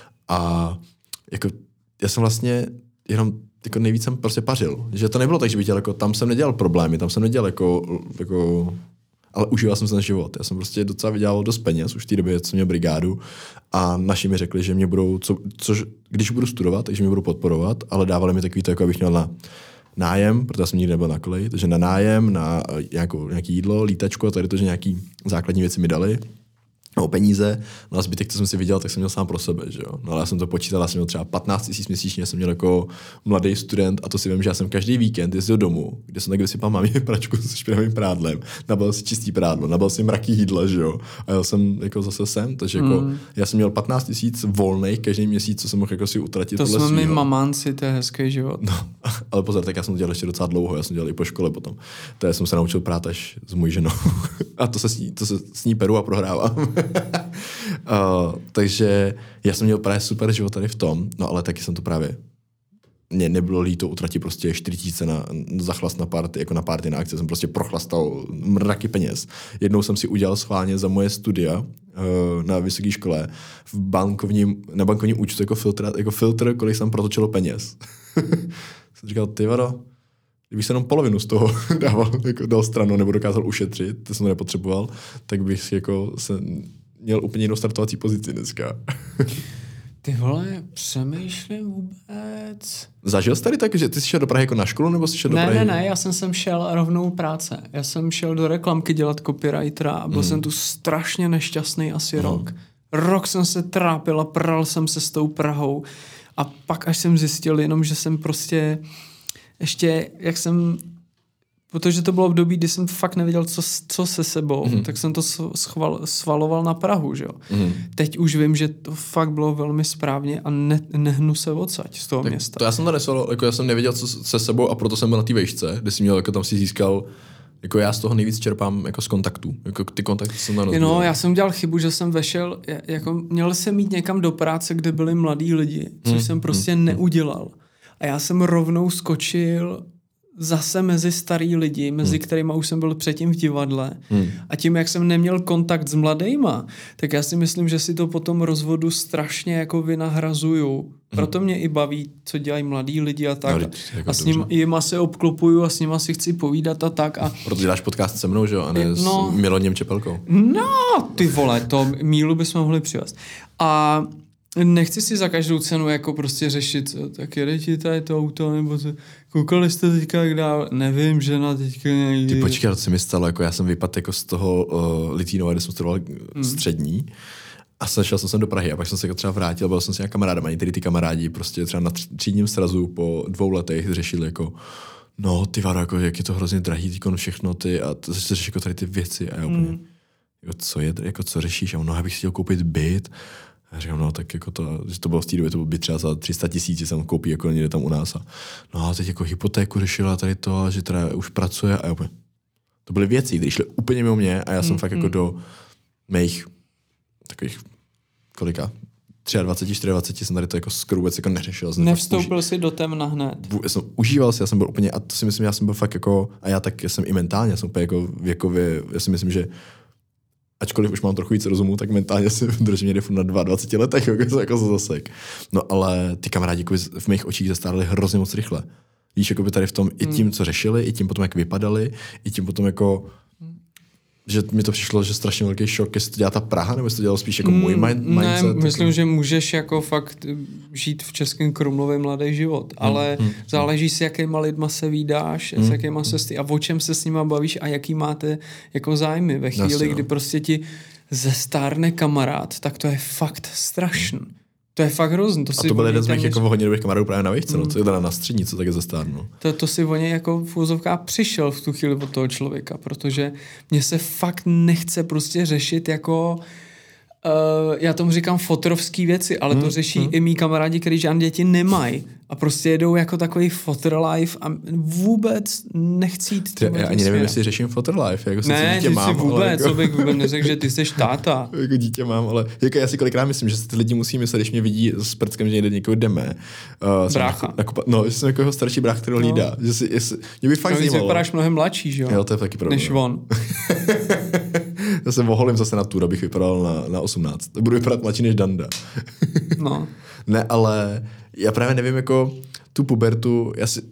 B: a jako já jsem vlastně jenom jako nejvíc jsem prostě pařil. Že to nebylo tak, že bych dělal, jako, tam jsem nedělal problémy, tam jsem nedělal jako ale užíval jsem se na život. Já jsem prostě docela vydělal dost peněz, už v té době jsem měl brigádu a naši mi řekli, že mě budou, když budu studovat, takže mě budou podporovat, ale dávali mi takový to, jako abych měl na nájem, protože jsem nikdy nebyl na koleji, takže na nájem, na nějaký jídlo, lítačku a tady to, že nějaký základní věci mi dali. No, peníze, no a zbytek, co jsem si viděl, tak jsem měl sám pro sebe, že jo. No ale já jsem to počítal, já jsem měl třeba 15 000 měsíčně, jsem měl jako mladý student a to si vím, že já jsem každý víkend jezdil domů, kde jsem tak vysypal mámě pračku se špinavým prádlem, nabil si čistý prádlo, nabil si mraky jídla, že jo. A jel jsem jako zase sem, takže jako já jsem měl 15 000 volných každý měsíc, co jsem mohl jako si utratit.
A: To jsme my mamánci, to je hezký život.
B: No, ale pozor, tak já jsem to dělal ještě docela dlouho, já jsem dělal i po škole potom. To jsem se naučil prát až s mojí ženou. A to se s ní peru a prohrávám. Takže já jsem měl právě super život tady v tom, no ale taky jsem to právě nebylo líto utratit prostě 4 000 za chlast na party, jako na party, na akce, jsem prostě prochlastal mraky peněz. Jednou jsem si udělal schválně za moje studia na vysoké škole na bankovním účtu jako filtr, kolik jsem protočil peněz. Jsem říkal, ty vado, kdybych se jenom polovinu z toho dal stranu nebo dokázal ušetřit, to jsem to nepotřeboval, tak bych jako měl úplně jinou startovací pozici dneska.
A: Ty vole, přemýšlím vůbec.
B: Zažil jsi tady tak, že ty jsi šel do Prahy jako na školu, nebo jsi šel do Prahy?
A: Ne, já jsem sem šel rovnou práce. Já jsem šel do reklamky dělat copywritera a byl jsem tu strašně nešťastný asi rok. Rok jsem se trápil a pral jsem se s tou Prahou a pak až jsem zjistil jenom, že jsem prostě ještě, jak jsem, protože to bylo období, kdy jsem fakt nevěděl, co se sebou, tak jsem to svaloval na Prahu, že jo. Teď už vím, že to fakt bylo velmi správně a nehnu se odsaď z toho tak města.
B: To já jsem to nesvaloval, jako já jsem nevěděl, co se sebou a proto jsem byl na té vejšce, kde jsi měl, jako tam si získal, jako já z toho nejvíc čerpám jako z kontaktů. Jako ty kontakty jsem tam
A: rozdělal. No, já jsem dělal chybu, že jsem vešel, jako měl jsem jít někam do práce, kde byli mladí lidi, což jsem prostě neudělal. A já jsem rovnou skočil zase mezi starý lidi, mezi kterýma už jsem byl předtím v divadle. A tím, jak jsem neměl kontakt s mladejma, tak já si myslím, že si to po tom rozvodu strašně jako vynahrazuju. Proto mě i baví, co dělají mladí lidi a tak. A s nima se obklopuju a s nima si chci povídat a tak. A
B: proto děláš podcast se mnou, že jo? A ne s Miloněm Čepelkou.
A: No, ty vole, to Mílu bychom mohli přivést. A nechci si za každou cenu jako prostě řešit, tak jede ti tady to auto, nebo to, koukali jste teďka jak dál, nevím, žena teďka někdy.
B: Ty počkej, co se mi stalo, jako já jsem vypadl jako z toho Litínova, kde jsem studoval střední a šel jsem do Prahy a pak jsem se třeba vrátil, byl jsem s nějak kamarádama, některý ty kamarádi prostě třeba na třídním srazu po 2 letech řešili jako no ty vado, jako jak je to hrozně drahý, týkon všechno ty a to se řeší jako tady ty věci a já úplně, co je, jako co řešíš a já bych si chtěl koupit byt. A já říkám, no tak jako že to bylo v té době, to bylo by třeba za 300 000, jsem koupí jako někde tam u nás. No a teď jako hypotéku řešila tady to, že teda už pracuje a úplně. To byly věci, které šly úplně mimo mě a já jsem fakt jako do mých takových kolika? 23, 24 jsem tady to jako skoro vůbec jako neřešil.
A: Nevstoupil si do temna hned.
B: Užíval si, já jsem byl úplně, a to si myslím, já jsem byl fakt jako, a já tak jsem i mentálně, já jsem úplně jako věkově, já si myslím, že ačkoliv už mám trochu víc rozumu, tak mentálně si držím někde na 22 letech, jako za zasek. No ale ty kamarádi jako v mých očích zastárali hrozně moc rychle. Víš, jako by tady v tom i tím, co řešili, i tím potom, jak vypadali, i tím potom jako že mi to přišlo, že strašně velký šok, jestli to dělá ta Praha, nebo jestli to dělalo spíš jako můj mindset.
A: Ne, myslím, že můžeš jako fakt žít v Českém Krumlově mladý život, ale záleží si, jakýma lidma se vídáš, s jakýma a o čem se s nima bavíš a jaký máte jako zájmy. Ve chvíli, kdy prostě ti zestárne kamarád, tak to je fakt strašný. To je fakt hrozný.
B: A to byl jeden z mých jako hodně dobrých kamarádů právě na výšce, co je teda na střední, co tak je zestárno.
A: To si o něj jako v úzovkách přišel v tu chvíli od toho člověka, protože mně se fakt nechce prostě řešit jako já tomu říkám fotrovský věci, ale to řeší i mý kamarádi, kteří žádné děti nemají a prostě jedou jako takový fotrlife a vůbec nechci jít tím
B: já ani nevím, jestli řeším fotrlife, jako
A: ne,
B: dítě mám.
A: Ne, vůbec, co bych vůbec neřekl, že ty jsi táta.
B: Jako dítě mám, ale jako já si kolikrát myslím, že si ty lidi musí myslet, když mě vidí s prckem, že někde někoho jdeme.
A: Brácha.
B: No, že jsem jako jeho starší brách, který hlídá. Mě by fakt zajímalo.
A: Vypadáš mnohem mladší, že jo?
B: Jo, to je taky pravda.
A: Než on.
B: Já se oholím zase na tour, abych vypadal na 18. Budu vypadat mladší než Danda.
A: No.
B: Ne, ale já právě nevím, jako tu pubertu, já jsem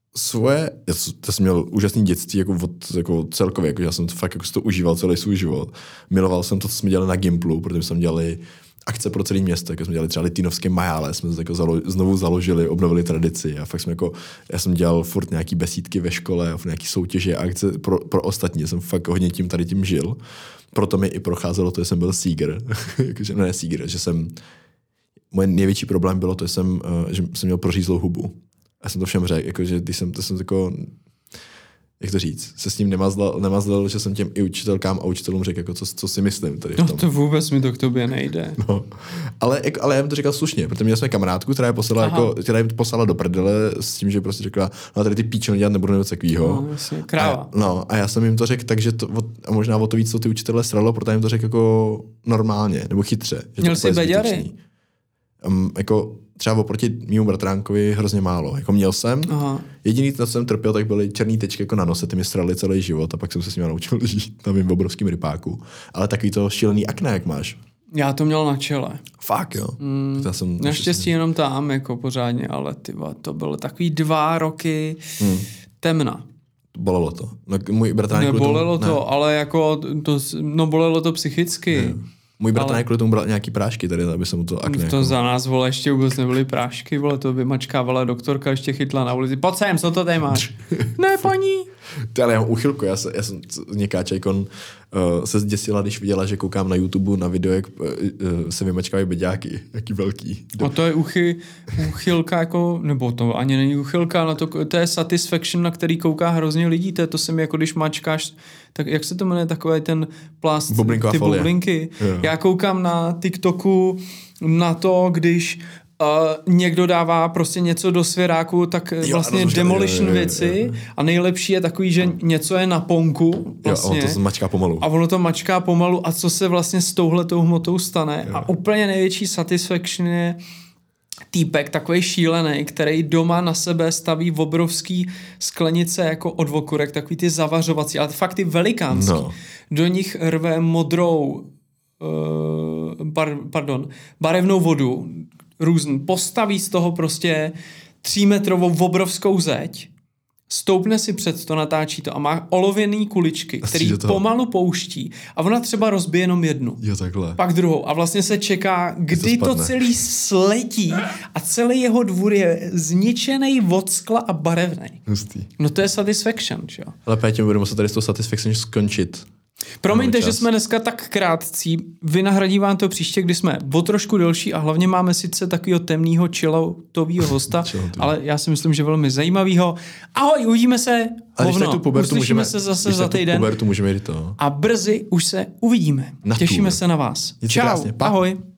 B: měl úžasný dětství jako celkově, jako já jsem to fakt jako to užíval celý svůj život. Miloval jsem to, co jsme dělali na Gimplu, protože jsme dělali akce pro celé město, jako jsme dělali třeba Litýnovské majále, jsme to jako znovu založili, obnovili tradici a fakt jsme jako, já jsem dělal furt nějaký besídky ve škole a nějaký soutěže a akce pro ostatní, já jsem fakt hodně tím žil. Proto mi i procházelo to, že jsem byl Seeger, jakože ne Seeger, že jsem, moje největší problém bylo to, že jsem měl prořízlou hubu. Já jsem to všem řekl, jakože když jsem jako, jak to říct, se s tím nemazlil, že jsem těm i učitelkám a učitelům řekl, jako co si myslím tady v tom.
A: No to vůbec mi to k tobě nejde.
B: No, ale já jim to říkal slušně, protože měli jsme kamarádku, která je poslala do prdele s tím, že prostě řekla, no tady ty píčo dělat nebudu něco takovýho.
A: No, jasně, kráva.
B: A já jsem jim to řekl, takže a možná o to víc, co ty učitele sralo, protože jim to řekl jako normálně, nebo chytře.
A: Měl jsi beďary?
B: Jako třeba oproti mému bratránkovi hrozně málo. Jako měl jsem, jediný, co jsem trpěl, tak byly černý tečky jako na nose, ty mi srali celý život a pak jsem se s nimi naučil žít na mým obrovským rypáku. Ale takový to šílený akné, jak máš. Já
A: to měl na čele.
B: Fakt, jo.
A: Naštěstí jenom tam, jako pořádně, ale to bylo takový 2 roky temna.
B: Bolelo to. No, můj bratránek
A: nebolelo to, ale jako bolelo to psychicky.
B: Ne. Můj bratr kvůli tomu bral nějaký prášky tady, aby se mu to akné.
A: To za nás, vole, ještě vůbec nebyly prášky, vole, to vymačkávala doktorka, ještě chytla na ulici. Pojď sem, co to tady máš? Ne, paní.
B: Ale já mám úchylku, já jsem něká čajkon se zděsila, když viděla, že koukám na YouTube na video, jak se vymačkávají beďáky, jaký velký.
A: A to je úchylka jako, nebo to ani není úchylka, na to je satisfaction, na který kouká hrozně lidí, to se mi jako když mačkáš, tak jak se to jmenuje, takový ten plast, ty bublinky. Jo. Já koukám na TikToku na to, když někdo dává prostě něco do svěráku, tak vlastně demolition věci a nejlepší je takový, že něco je na ponku vlastně.
B: Jo, a on to mačká pomalu.
A: A ono to mačká pomalu a co se vlastně s touhletou hmotou stane. Jo. A úplně největší satisfaction je týpek, takovej šílený, který doma na sebe staví obrovský sklenice jako od okurek, takový ty zavařovací, ale fakt ty velikánský. No. Do nich rve modrou barevnou vodu, různý, postaví z toho prostě 3metrovou obrovskou zeď, stoupne si před to, natáčí to a má olověný kuličky, který pomalu pouští a ona třeba rozbije jenom jednu.
B: Jo, takhle.
A: Pak druhou a vlastně se čeká, kdy to celý sletí a celý jeho dvůr je zničený od skla a barevný.
B: Hustý.
A: No to je satisfaction, jo.
B: Ale Péťo, budeme se tady s tou satisfaction skončit.
A: Promiňte, že jsme dneska tak krátcí, vynahradí vám to příště, kdy jsme o trošku delší a hlavně máme sice takového temného chilloutovýho hosta, ale já si myslím, že velmi zajímavýho. Ahoj, uvidíme se uslyšíme se zase za týden
B: můžeme jít to.
A: A brzy už se uvidíme. Těšíme se na vás. Čau, ahoj.